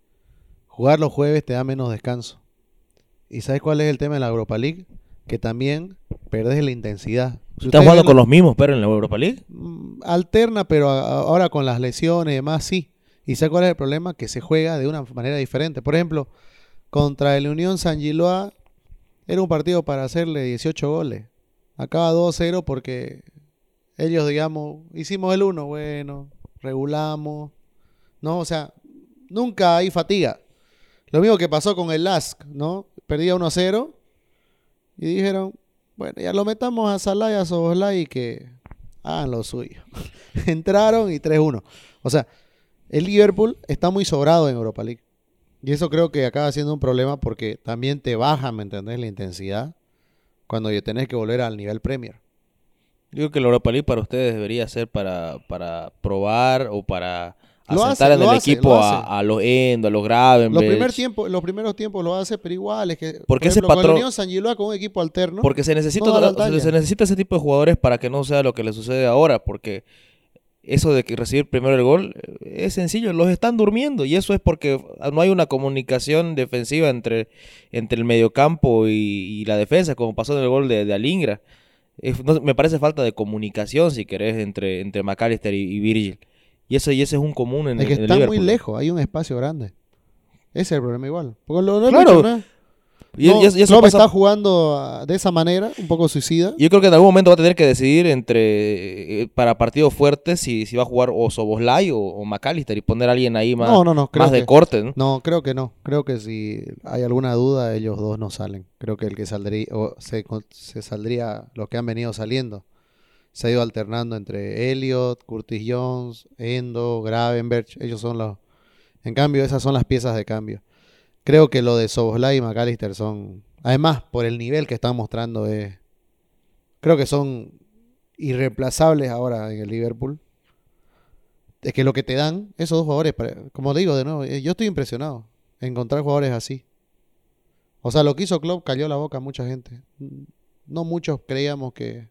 Jugar los jueves te da menos descanso. ¿Y sabes cuál es el tema de la Europa League? Que también perdés la intensidad. Si ¿Estás ustedes jugando ven con los mismos, pero en la Europa League? alterna, pero ahora con las lesiones y demás, sí. ¿Y sabes cuál es el problema? Que se juega de una manera diferente. Por ejemplo, contra el Unión San Gilois era un partido para hacerle 18 goles. Acaba 2-0 porque ellos, digamos, hicimos el 1, bueno, regulamos. No, o sea, nunca hay fatiga. Lo mismo que pasó con el LASK, ¿no? Perdía 1-0 y dijeron, bueno, ya lo metamos a Salah y a Szoboszlai y que hagan lo suyo. Entraron y 3-1. O sea, el Liverpool está muy sobrado en Europa League. Y eso creo que acaba siendo un problema porque también te baja, ¿me entendés? La intensidad cuando ya tenés que volver al nivel Premier. Digo que la Europa League para ustedes debería ser para probar o para Lo asentar hace, en lo el hace, equipo lo hace. a los Endo, a los Gravenberch. Los primeros tiempos lo hace, pero igual es que, Porque por ese ejemplo, con el patrón- Unión San Gilois con un equipo alterno, Porque se necesita, no da la talla. se necesita ese tipo de jugadores para que no sea lo que le sucede ahora. Porque eso de que recibir primero el gol es sencillo, los están durmiendo. Y eso es porque no hay una comunicación defensiva entre el mediocampo y la defensa, como pasó en el gol de Alingra. Me parece falta de comunicación, si querés, entre McAllister y Virgil. Y ese es un común en es que el está muy Liverpool. lejos, hay un espacio grande. Ese es el problema igual. Porque lo Claro. hemos dicho, ¿no? Y eso Klopp pasa. está jugando de esa manera, un poco suicida. Yo creo que en algún momento va a tener que decidir para partidos fuertes si va a jugar o Szoboszlai o McAllister y poner a alguien ahí más, No, creo más de que- corte, ¿no? No, creo que no. Creo que si hay alguna duda, ellos dos no salen. Creo que el que saldría, se saldría los que han venido saliendo. Se ha ido alternando entre Elliot, Curtis Jones, Endo, Gravenberch. Ellos son los... En cambio, esas son las piezas de cambio. Creo que lo de Szoboszlai y McAllister son... Además, por el nivel que están mostrando, creo que son irreemplazables ahora en el Liverpool. Es que lo que te dan esos dos jugadores, como digo de nuevo, yo estoy impresionado en encontrar jugadores así. O sea, lo que hizo Klopp cayó la boca a mucha gente. No muchos creíamos que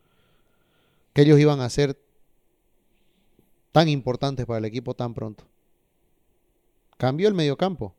ellos iban a ser tan importantes para el equipo tan pronto. Cambió el mediocampo.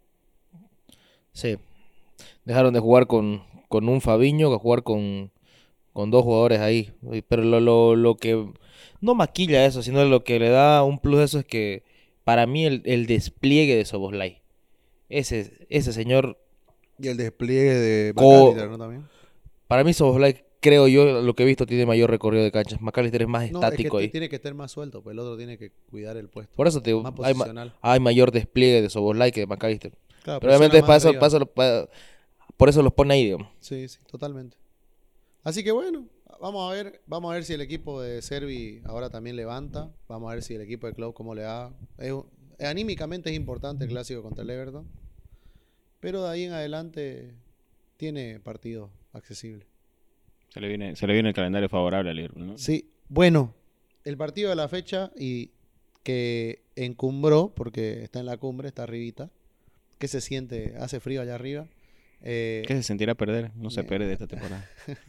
Sí. Dejaron de jugar con un Fabinho, a jugar con dos jugadores ahí. Pero lo que no maquilla eso, sino lo que le da un plus a eso es que para mí el despliegue de Szoboszlai. Ese señor, Y el despliegue de McAllister, ¿no? También. para mí Szoboszlai, creo yo, lo que he visto, tiene mayor recorrido de canchas. McAllister es más No, es que estático ahí. tiene que estar más suelto, pues el otro tiene que cuidar el puesto. Por eso te digo, Más hay posicional. mayor despliegue de Szoboszlai que de McAllister. Claro, Pero obviamente presiona más arriba. por eso los pone ahí, digamos. Sí, totalmente. Así que bueno, vamos a ver si el equipo de Servi ahora también levanta. Vamos a ver si el equipo de Klopp cómo le va. Anímicamente es importante el clásico contra el Everton. Pero de ahí en adelante tiene partidos accesibles. Se le viene el calendario favorable al Liverpool, ¿no? Sí, bueno, el partido de la fecha y que encumbró, porque está en la cumbre, está arribita. ¿Qué se siente? ¿Hace frío allá arriba? ¿Qué se sentirá perder? No se pierde esta temporada.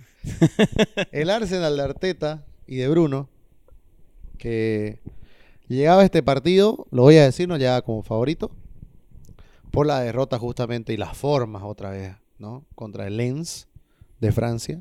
El Arsenal de Arteta y de Bruno, que llegaba a este partido, lo voy a decir, no llegaba como favorito, por la derrota justamente y las formas otra vez, ¿no? Contra el Lens de Francia.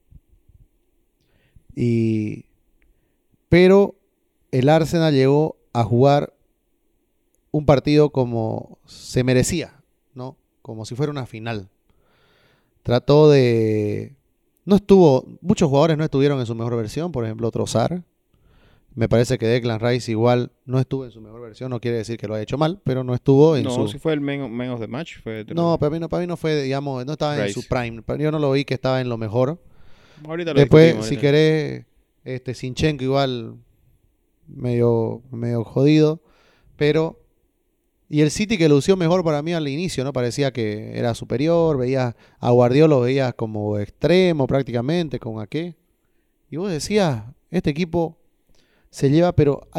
Pero el Arsenal llegó a jugar un partido como se merecía, ¿no? Como si fuera una final. Trató de... Muchos jugadores no estuvieron en su mejor versión, por ejemplo Trossard. Me parece que Declan Rice igual no estuvo en su mejor versión, no quiere decir que lo haya hecho mal, pero no estuvo en su... No, si fue el man of the match. No, para mí no fue, digamos, no estaba en Rice. su prime. Yo no lo vi que estaba en lo mejor. Ahorita lo Después, discutimos, si ahorita. querés, Zinchenko igual medio jodido, pero... Y el City que lució mejor para mí al inicio, ¿no? Parecía que era superior, veías a Guardiola, lo veías como extremo prácticamente, con Ake. Y vos decías, este equipo se lleva, pero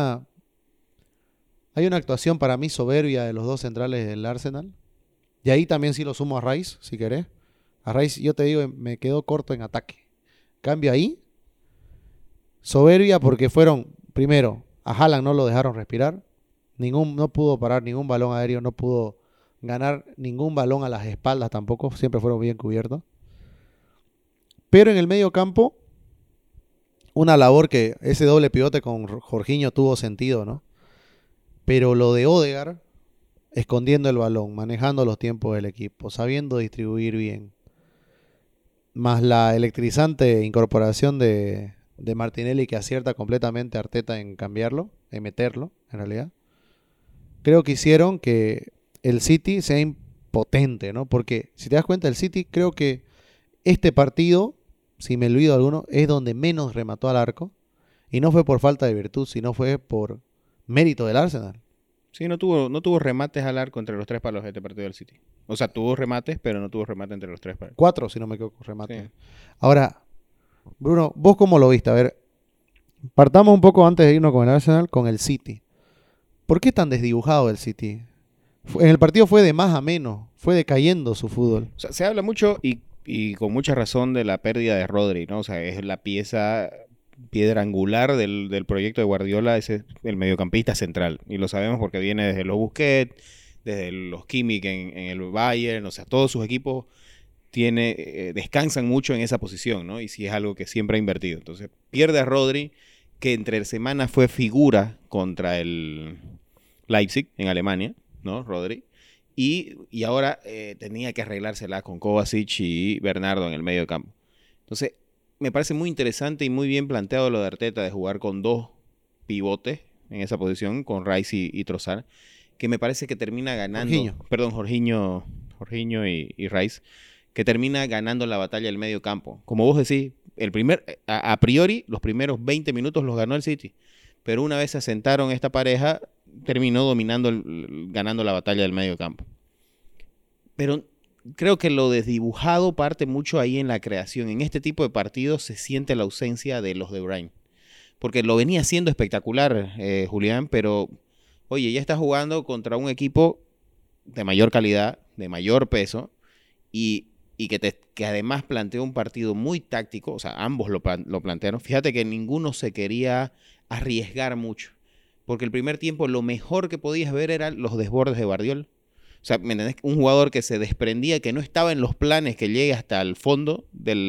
hay una actuación para mí soberbia de los dos centrales del Arsenal. Y ahí también sí lo sumo a Rice, si querés. A Rice, yo te digo, me quedó corto en ataque. Cambio ahí, soberbia porque fueron, primero, a Haaland no lo dejaron respirar. No pudo parar ningún balón aéreo, no pudo ganar ningún balón a las espaldas tampoco, siempre fueron bien cubiertos. Pero en el medio campo, una labor que ese doble pivote con Jorginho tuvo sentido, ¿no? Pero lo de Odegaard, escondiendo el balón, manejando los tiempos del equipo, sabiendo distribuir bien, más la electrizante incorporación de Martinelli que acierta completamente a Arteta en cambiarlo, en meterlo, en realidad. Creo que hicieron que el City sea impotente, ¿no? Porque si te das cuenta, el City creo que este partido, si me olvido alguno, es donde menos remató al arco. Y no fue por falta de virtud, sino fue por mérito del Arsenal. Sí, no tuvo remates al arco entre los tres palos de este partido del City. O sea, tuvo remates, pero no tuvo remate entre los tres palos. 4, si no me equivoco, remate. Sí. Ahora, Bruno, ¿vos cómo lo viste? A ver, partamos un poco antes de irnos con el Arsenal, con el City. ¿Por qué tan desdibujado el City? En el partido fue de más a menos, fue decayendo su fútbol. O sea, se habla mucho y con mucha razón de la pérdida de Rodri, ¿no? O sea, es la piedra angular del proyecto de Guardiola, es el mediocampista central. Y lo sabemos porque viene desde los Busquets, desde los Kimmich en el Bayern, o sea, todos sus equipos descansan mucho en esa posición, ¿no? Y sí es algo que siempre ha invertido. Entonces, pierde a Rodri, que entre semana fue figura contra el Leipzig en Alemania, ¿no? Rodri. Y ahora tenía que arreglársela con Kovacic y Bernardo en el medio campo. Entonces, me parece muy interesante y muy bien planteado lo de Arteta de jugar con dos pivotes en esa posición, con Rice y Trossard, que me parece que termina ganando... Jorginho y Rice, que termina ganando la batalla del medio campo. Como vos decís, a priori, los primeros 20 minutos los ganó el City, pero una vez se asentaron esta pareja, terminó ganando la batalla del medio campo. Pero creo que lo desdibujado parte mucho ahí en la creación. En este tipo de partidos se siente la ausencia de los De Bruyne. Porque lo venía haciendo espectacular, Julián, pero, oye, ya está jugando contra un equipo de mayor calidad, de mayor peso, y que además planteó un partido muy táctico. O sea, ambos lo plantearon. Fíjate que ninguno se quería arriesgar mucho. Porque el primer tiempo lo mejor que podías ver eran los desbordes de Guardiola. O sea, ¿me entendés? Un jugador que se desprendía, que no estaba en los planes que llegue hasta el fondo,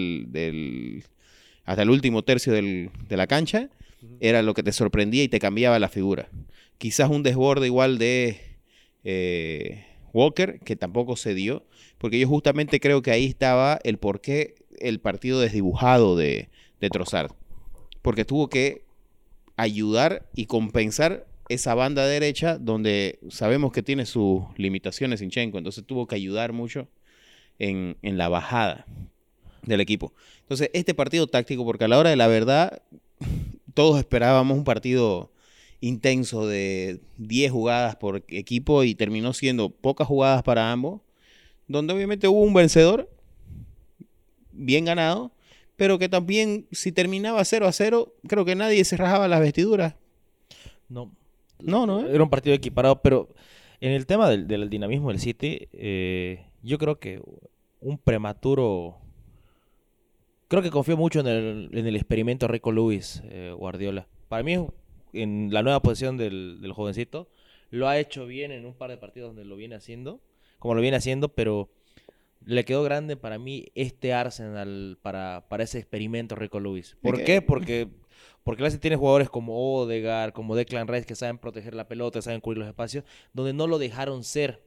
hasta el último tercio de la cancha, era lo que te sorprendía y te cambiaba la figura. Quizás un desborde igual de Walker, que tampoco se dio, porque yo justamente creo que ahí estaba el porqué el partido desdibujado de Trossard. Porque tuvo que ayudar y compensar esa banda derecha donde sabemos que tiene sus limitaciones Zinchenko, entonces tuvo que ayudar mucho en la bajada del equipo. Entonces, este partido táctico, porque a la hora de la verdad, todos esperábamos un partido intenso de 10 jugadas por equipo y terminó siendo pocas jugadas para ambos, donde obviamente hubo un vencedor bien ganado, pero que también si terminaba 0-0, creo que nadie se rajaba las vestiduras. No. No, Era un partido equiparado, pero en el tema del dinamismo del City, yo creo que un prematuro... Creo que confío mucho en el experimento Rico Lewis, Guardiola. Para mí, en la nueva posición del jovencito, lo ha hecho bien en un par de partidos donde lo viene haciendo, pero le quedó grande para mí este Arsenal para ese experimento Rico Lewis. ¿Por qué? Porque el Arsenal tiene jugadores como Odegaard, como Declan Rice, que saben proteger la pelota, saben cubrir los espacios, donde no lo dejaron ser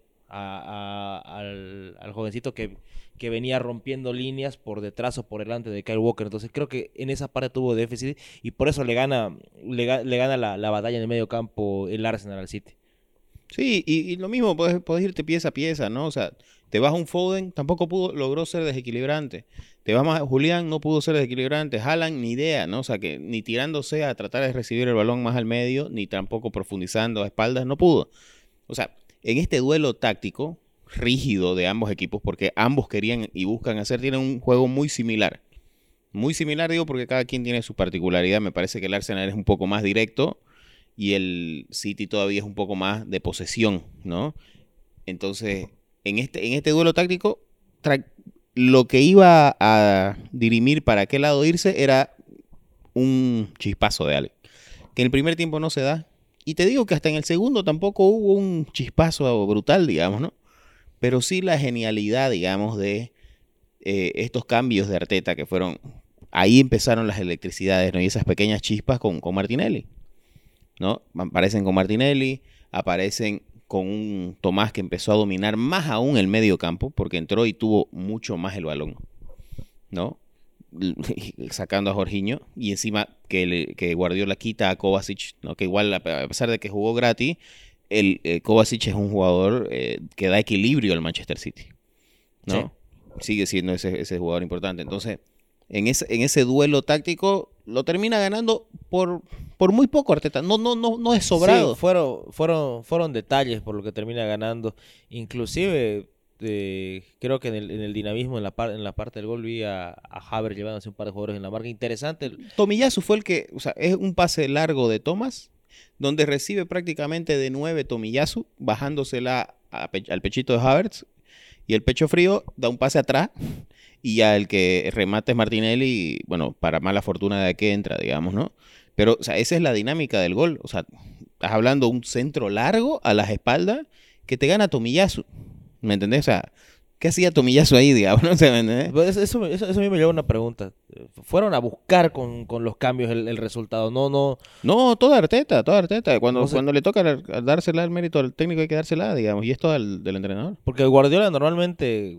al jovencito que venía rompiendo líneas por detrás o por delante de Kyle Walker. Entonces creo que en esa parte tuvo déficit y por eso le gana la batalla en el medio campo el Arsenal al City. Sí, y lo mismo, puedes irte pieza a pieza, ¿no? O sea, te vas a un Foden, tampoco logró ser desequilibrante. Te vas más a Julián, no pudo ser desequilibrante. Haaland, ni idea, ¿no? O sea, que ni tirándose a tratar de recibir el balón más al medio, ni tampoco profundizando a espaldas, no pudo. O sea, en este duelo táctico rígido de ambos equipos, porque ambos querían y buscan hacer, tienen un juego muy similar. Muy similar, digo, porque cada quien tiene su particularidad. Me parece que el Arsenal es un poco más directo y el City todavía es un poco más de posesión, ¿no? Entonces, en este duelo táctico, lo que iba a dirimir para qué lado irse era un chispazo de alguien, que en el primer tiempo no se da. Y te digo que hasta en el segundo tampoco hubo un chispazo brutal, digamos, ¿no? Pero sí la genialidad, digamos, de estos cambios de Arteta que fueron... Ahí empezaron las electricidades, ¿no? Y esas pequeñas chispas con Martinelli, ¿no? Aparecen con Martinelli, aparecen con un Tomás que empezó a dominar más aún el medio campo, porque entró y tuvo mucho más el balón, ¿no? Sacando a Jorginho, y encima que Guardiola quita a Kovacic, ¿no? Que igual, a pesar de que jugó gratis, el Kovacic es un jugador que da equilibrio al Manchester City, ¿no? Sí. Sigue siendo ese jugador importante. Entonces, en ese duelo táctico lo termina ganando por muy poco Arteta. No es sobrado. Sí, fueron detalles por lo que termina ganando. Inclusive creo que en el dinamismo en la parte del gol vi a Havertz llevándose un par de jugadores en la marca. Interesante. Tomiyasu fue el que, o sea, es un pase largo de Thomas, donde recibe prácticamente de 9 Tomiyasu, bajándosela al pechito de Havertz, y el pecho frío da un pase atrás, y ya el que remata es Martinelli, bueno, para mala fortuna de que entra, digamos, ¿no? Pero, o sea, esa es la dinámica del gol. O sea, estás hablando de un centro largo a las espaldas que te gana Tomiyasu. ¿Me entendés? O sea, ¿qué hacía Tomiyasu ahí, digamos? ¿No? ¿Me entendés? Eso a mí me lleva a una pregunta. ¿Fueron a buscar con los cambios el resultado? No, toda Arteta. Cuando le toca dársela el mérito al técnico hay que dársela, digamos, y esto del entrenador. Porque Guardiola normalmente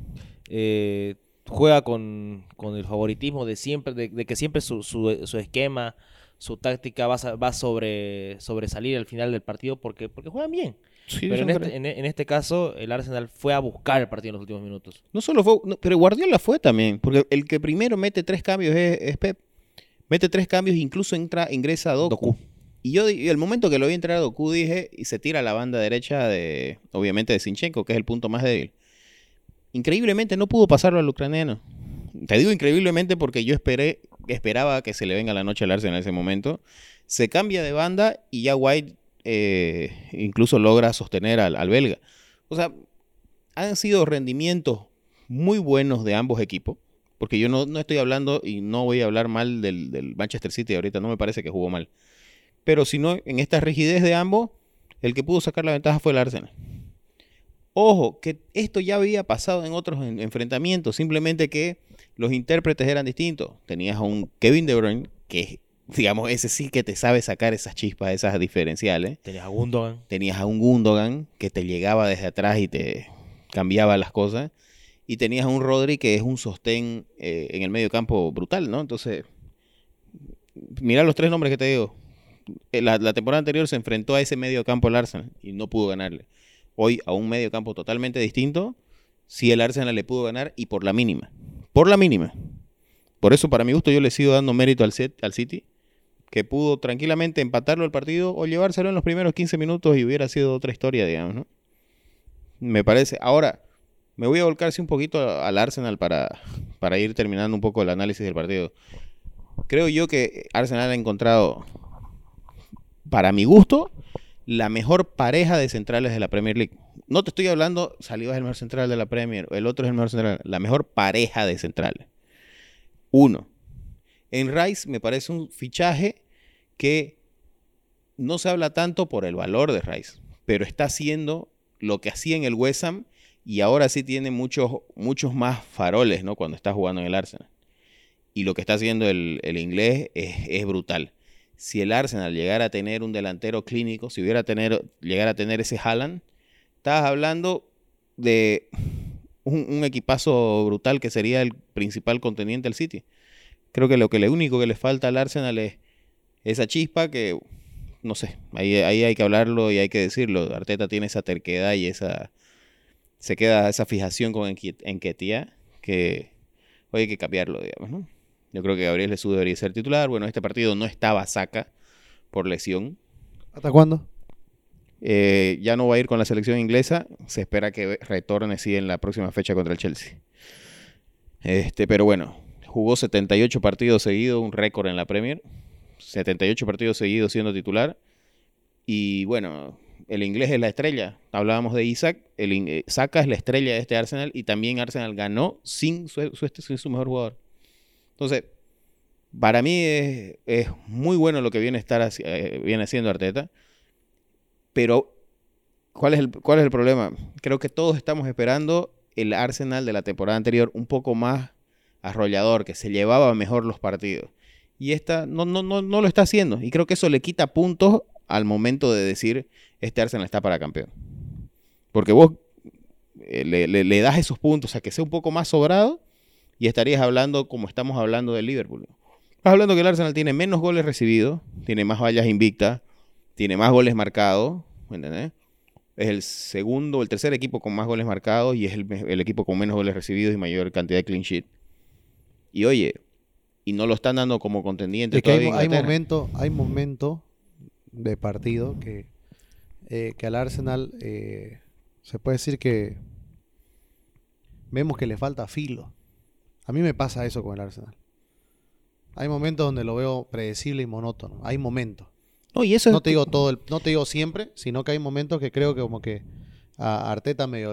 juega con el favoritismo de siempre, de que siempre su esquema, su táctica va a sobresalir al final del partido porque juegan bien. Sí, pero en este caso, el Arsenal fue a buscar el partido en los últimos minutos. No solo fue, pero Guardiola fue también, porque el que primero mete 3 cambios es Pep. Mete 3 cambios, incluso ingresa a Doku. Y yo, el momento que lo vi entrar a Doku, dije, y se tira a la banda derecha obviamente de Zinchenko, que es el punto más débil. Increíblemente no pudo pasarlo al ucraniano. Te digo increíblemente porque yo esperaba que se le venga la noche al Arsenal en ese momento. Se cambia de banda y ya White incluso logra sostener al belga. O sea, han sido rendimientos muy buenos de ambos equipos. Porque yo no estoy hablando y no voy a hablar mal del Manchester City ahorita. No me parece que jugó mal. Pero si no, en esta rigidez de ambos, el que pudo sacar la ventaja fue el Arsenal. Ojo, que esto ya había pasado en otros enfrentamientos, simplemente que los intérpretes eran distintos. Tenías a un Kevin De Bruyne, que digamos, ese sí que te sabe sacar esas chispas, esas diferenciales. Tenías a Gundogan. Tenías a un Gundogan que te llegaba desde atrás y te cambiaba las cosas. Y tenías a un Rodri que es un sostén en el medio campo brutal, ¿no? Entonces, mira los 3 nombres que te digo. La temporada anterior se enfrentó a ese medio campo el Arsenal y no pudo ganarle. Hoy a un medio campo totalmente distinto, sí el Arsenal le pudo ganar y por la mínima. Por la mínima. Por eso, para mi gusto, yo le sigo dando mérito al City, que pudo tranquilamente empatarlo el partido o llevárselo en los primeros 15 minutos y hubiera sido otra historia, digamos, ¿no? Me parece. Ahora, me voy a volcarse un poquito al Arsenal para ir terminando un poco el análisis del partido. Creo yo que Arsenal ha encontrado, para mi gusto, la mejor pareja de centrales de la Premier League. No te estoy hablando, Saliba es el mejor central de la Premier, el otro es el mejor central. La mejor pareja de centrales. 1. En Rice me parece un fichaje que no se habla tanto por el valor de Rice, pero está haciendo lo que hacía en el West Ham y ahora sí tiene muchos más faroles, ¿no? Cuando está jugando en el Arsenal. Y lo que está haciendo el inglés es brutal. Si el Arsenal llegara a tener un delantero clínico, si llegara a tener ese Haaland, estás hablando de un equipazo brutal que sería el principal contendiente del City. Creo que lo único que le falta al Arsenal es esa chispa que no sé, ahí hay que hablarlo y hay que decirlo. Arteta tiene esa terquedad y se queda esa fijación con Nketiah que hoy hay que cambiarlo, digamos, ¿no? Yo creo que Gabriel Jesús debería ser titular. Bueno, este partido no estaba Saka por lesión. ¿Hasta cuándo? Ya no va a ir con la selección inglesa. Se espera que retorne sí en la próxima fecha contra el Chelsea. Pero bueno, jugó 78 partidos seguidos, un récord en la Premier. 78 partidos seguidos siendo titular. Y bueno, el inglés es la estrella. Hablábamos de Isak. Saka es la estrella de este Arsenal. Y también Arsenal ganó sin su mejor jugador. Entonces, para mí es muy bueno lo que viene haciendo Arteta. Pero, ¿cuál es el problema? Creo que todos estamos esperando el Arsenal de la temporada anterior un poco más arrollador, que se llevaba mejor los partidos. Y esta no lo está haciendo. Y creo que eso le quita puntos al momento de decir, este Arsenal está para campeón. Porque vos le das esos puntos a que sea un poco más sobrado y estarías hablando como estamos hablando del Liverpool. Estás hablando que el Arsenal tiene menos goles recibidos, tiene más vallas invictas, tiene más goles marcados, ¿entendés? Es el segundo o el tercer equipo con más goles marcados y es el equipo con menos goles recibidos y mayor cantidad de clean sheet. Y oye, y no lo están dando como contendiente Es que todavía hay momentos de partido que al Arsenal se puede decir que vemos que le falta filo. A mí me pasa eso con el Arsenal. Hay momentos donde lo veo predecible y monótono. Hay momentos. No, y eso No te digo no te digo siempre, sino que hay momentos que creo que como que a Arteta medio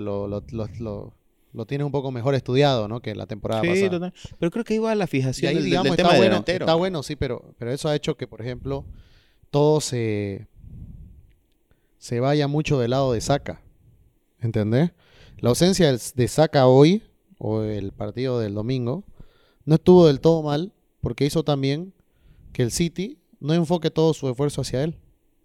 lo tiene un poco mejor estudiado, ¿no? Que la temporada pasada. total. Pero creo que iba a la Y fijación ahí, del digamos, tema está del bueno, delantero. está bueno, sí, pero eso ha hecho que, por ejemplo, todo se vaya mucho del lado de Saka. ¿Entendés? La ausencia de Saka hoy, o el partido del domingo, no estuvo del todo mal, porque hizo también que el City no enfoque todo su esfuerzo hacia él.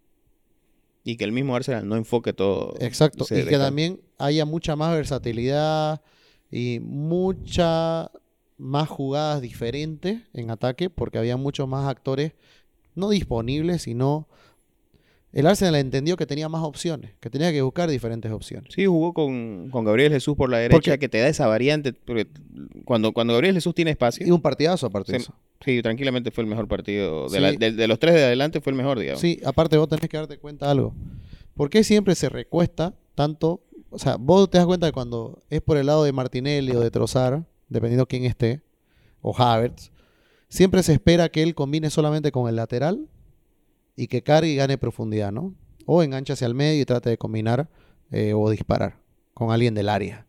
Y que el mismo Arsenal no enfoque todo. Exacto. Y que también haya mucha más versatilidad y mucha más jugadas diferentes en ataque, porque había muchos más actores no disponibles, sino el Arsenal entendió que tenía más opciones, que tenía que buscar diferentes opciones. Sí, jugó con Gabriel Jesús por la derecha, que te da esa variante. Porque cuando Gabriel Jesús tiene espacio. Y un partidazo aparte de eso. Sí, tranquilamente fue el mejor partido. Sí. De los tres de adelante fue el mejor, digamos. Sí, aparte vos tenés que darte cuenta de algo. ¿Por qué siempre se recuesta tanto? O sea, vos te das cuenta que cuando es por el lado de Martinelli o de Trossard, dependiendo quién esté, o Havertz, siempre se espera que él combine solamente con el lateral y que cargue y gane profundidad, ¿no? O enganche hacia el medio y trate de combinar o disparar con alguien del área.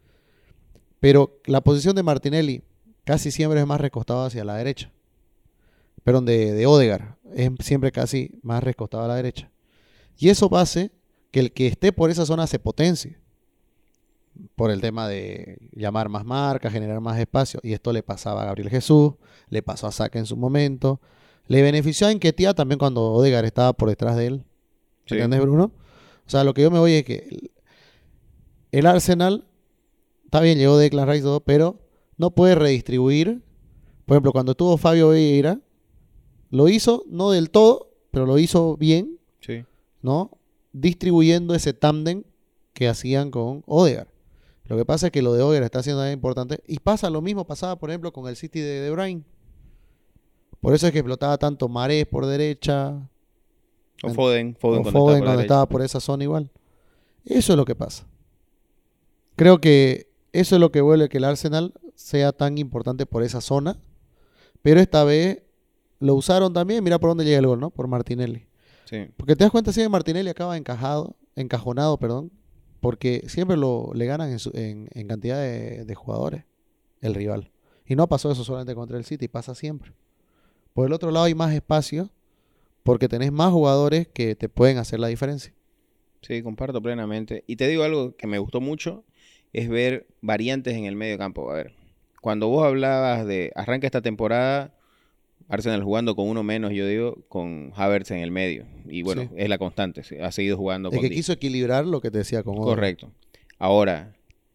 Pero la posición de Martinelli casi siempre es más recostado hacia la derecha. Perdón, de Ødegaard es siempre casi más recostado a la derecha. Y eso hace que el que esté por esa zona se potencie. Por el tema de llamar más marcas, generar más espacio. Y esto le pasaba a Gabriel Jesús, le pasó a Saka en su momento. Le benefició a Nketiah también cuando Ødegaard estaba por detrás de él. Sí. ¿Entendés, Bruno? O sea, lo que yo me voy es que el Arsenal, está bien, llegó Declan Rice, todo, pero no puede redistribuir. Por ejemplo, cuando estuvo Fabio Vieira, lo hizo, no del todo, pero lo hizo bien, Sí. ¿no? Distribuyendo ese tándem que hacían con Ødegaard. Lo que pasa es que lo de Ødegaard está siendo tan importante. Y pasa lo mismo, pasaba por ejemplo con el City de Bruyne. Por eso es que explotaba tanto Mahrez por derecha. O Foden Cuando estaba por esa zona igual. Eso es lo que pasa. Creo que eso es lo que vuelve que el Arsenal sea tan importante por esa zona. Pero esta vez lo usaron también. Mira por dónde llega el gol, ¿no? Por Martinelli. Sí. Porque te das cuenta, siempre Martinelli acaba encajonado, porque siempre le ganan en cantidad de jugadores el rival. Y no pasó eso solamente contra el City, pasa siempre. Por el otro lado hay más espacio porque tenés más jugadores que te pueden hacer la diferencia. Sí, comparto plenamente. Y te digo algo que me gustó mucho, es ver variantes en el medio campo. A ver, cuando vos hablabas de arranca esta temporada, Arsenal jugando con uno menos, yo digo, con Havertz en el medio. Y bueno, Sí. es la constante, ha seguido jugando El con que Diaz. quiso equilibrar lo que te decía con Odegaard. Correcto. Ahora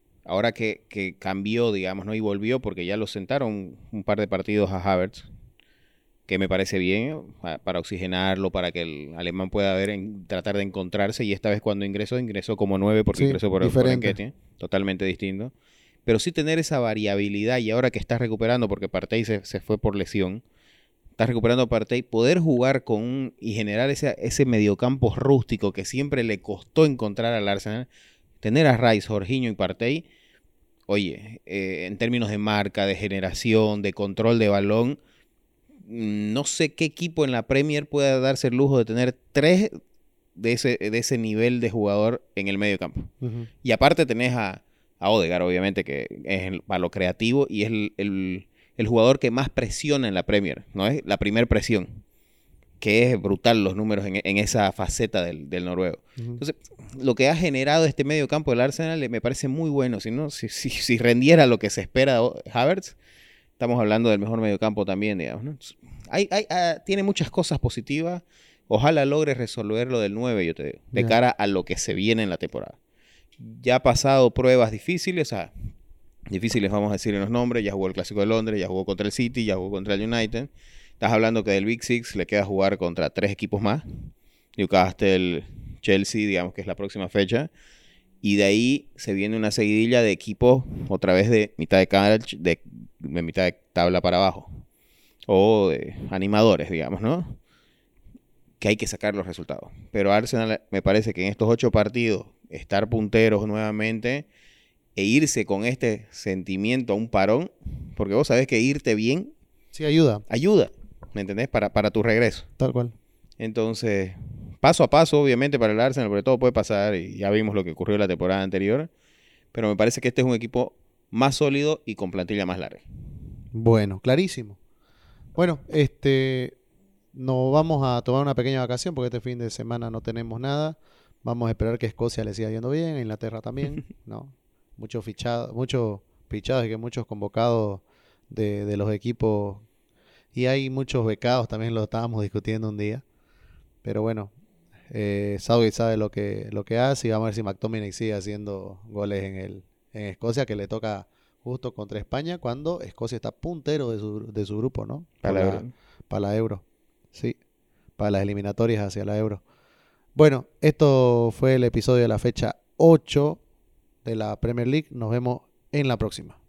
que cambió, digamos, ¿no? Y volvió porque ya lo sentaron un par de partidos a Havertz. que me parece bien, para oxigenarlo, para que el alemán pueda tratar de encontrarse, y esta vez cuando ingresó como 9 porque Sí, ingresó por diferente. Nketiah, totalmente distinto. Pero sí tener esa variabilidad, y ahora que estás recuperando, porque Partey se fue por lesión, estás recuperando a Partey, poder jugar y generar ese mediocampo rústico que siempre le costó encontrar al Arsenal, tener a Rice, Jorginho y Partey, oye, en términos de marca, de generación, de control de balón, no sé qué equipo en la Premier pueda darse el lujo de tener 3 de ese nivel de jugador en el medio campo. Ujú. Y aparte tenés a Odegaard, obviamente, que es para lo creativo y es el jugador que más presiona en la Premier, ¿no? Es la primer presión, que es brutal los números en esa faceta del noruego. Ujú. Entonces, lo que ha generado este medio campo del Arsenal me parece muy bueno. Si rendiera lo que se espera de Havertz, estamos hablando del mejor mediocampo también, digamos, ¿no? Tiene muchas cosas positivas. Ojalá logre resolver lo del 9, yo te digo, de Ya. cara a lo que se viene en la temporada. Ya ha pasado pruebas difíciles, difíciles vamos a decir en los nombres, ya jugó el Clásico de Londres, ya jugó contra el City, ya jugó contra el United. Estás hablando que del Big Six le queda jugar contra 3 equipos más. Newcastle, Chelsea, digamos que es la próxima fecha. Y de ahí se viene una seguidilla de equipos otra vez de mitad de mitad de tabla para abajo. O de animadores, digamos, ¿no? Que hay que sacar los resultados. Pero Arsenal me parece que en estos 8 partidos, estar punteros nuevamente e irse con este sentimiento a un parón, porque vos sabés que irte bien Sí, ayuda, ayuda, ¿me entendés? Para tu regreso. tal cual. Entonces, paso a paso, obviamente, para el Arsenal, porque todo puede pasar, y ya vimos lo que ocurrió la temporada anterior, pero me parece que este es un equipo más sólido y con plantilla más larga. Bueno, clarísimo. Bueno, nos vamos a tomar una pequeña vacación porque este fin de semana no tenemos nada. Vamos a esperar que Escocia le siga yendo bien, Inglaterra también, ¿no? Muchos fichados y que muchos convocados de los equipos. Y hay muchos becados, también lo estábamos discutiendo un día. Pero bueno, Southgate sabe lo que hace, y vamos a ver si McTominay sigue haciendo goles en Escocia, que le toca justo contra España, cuando Escocia está puntero de su grupo, ¿no? Para Para la Euro. Sí, para las eliminatorias hacia la Euro. Bueno, esto fue el episodio de la fecha 8 de la Premier League. Nos vemos en la próxima.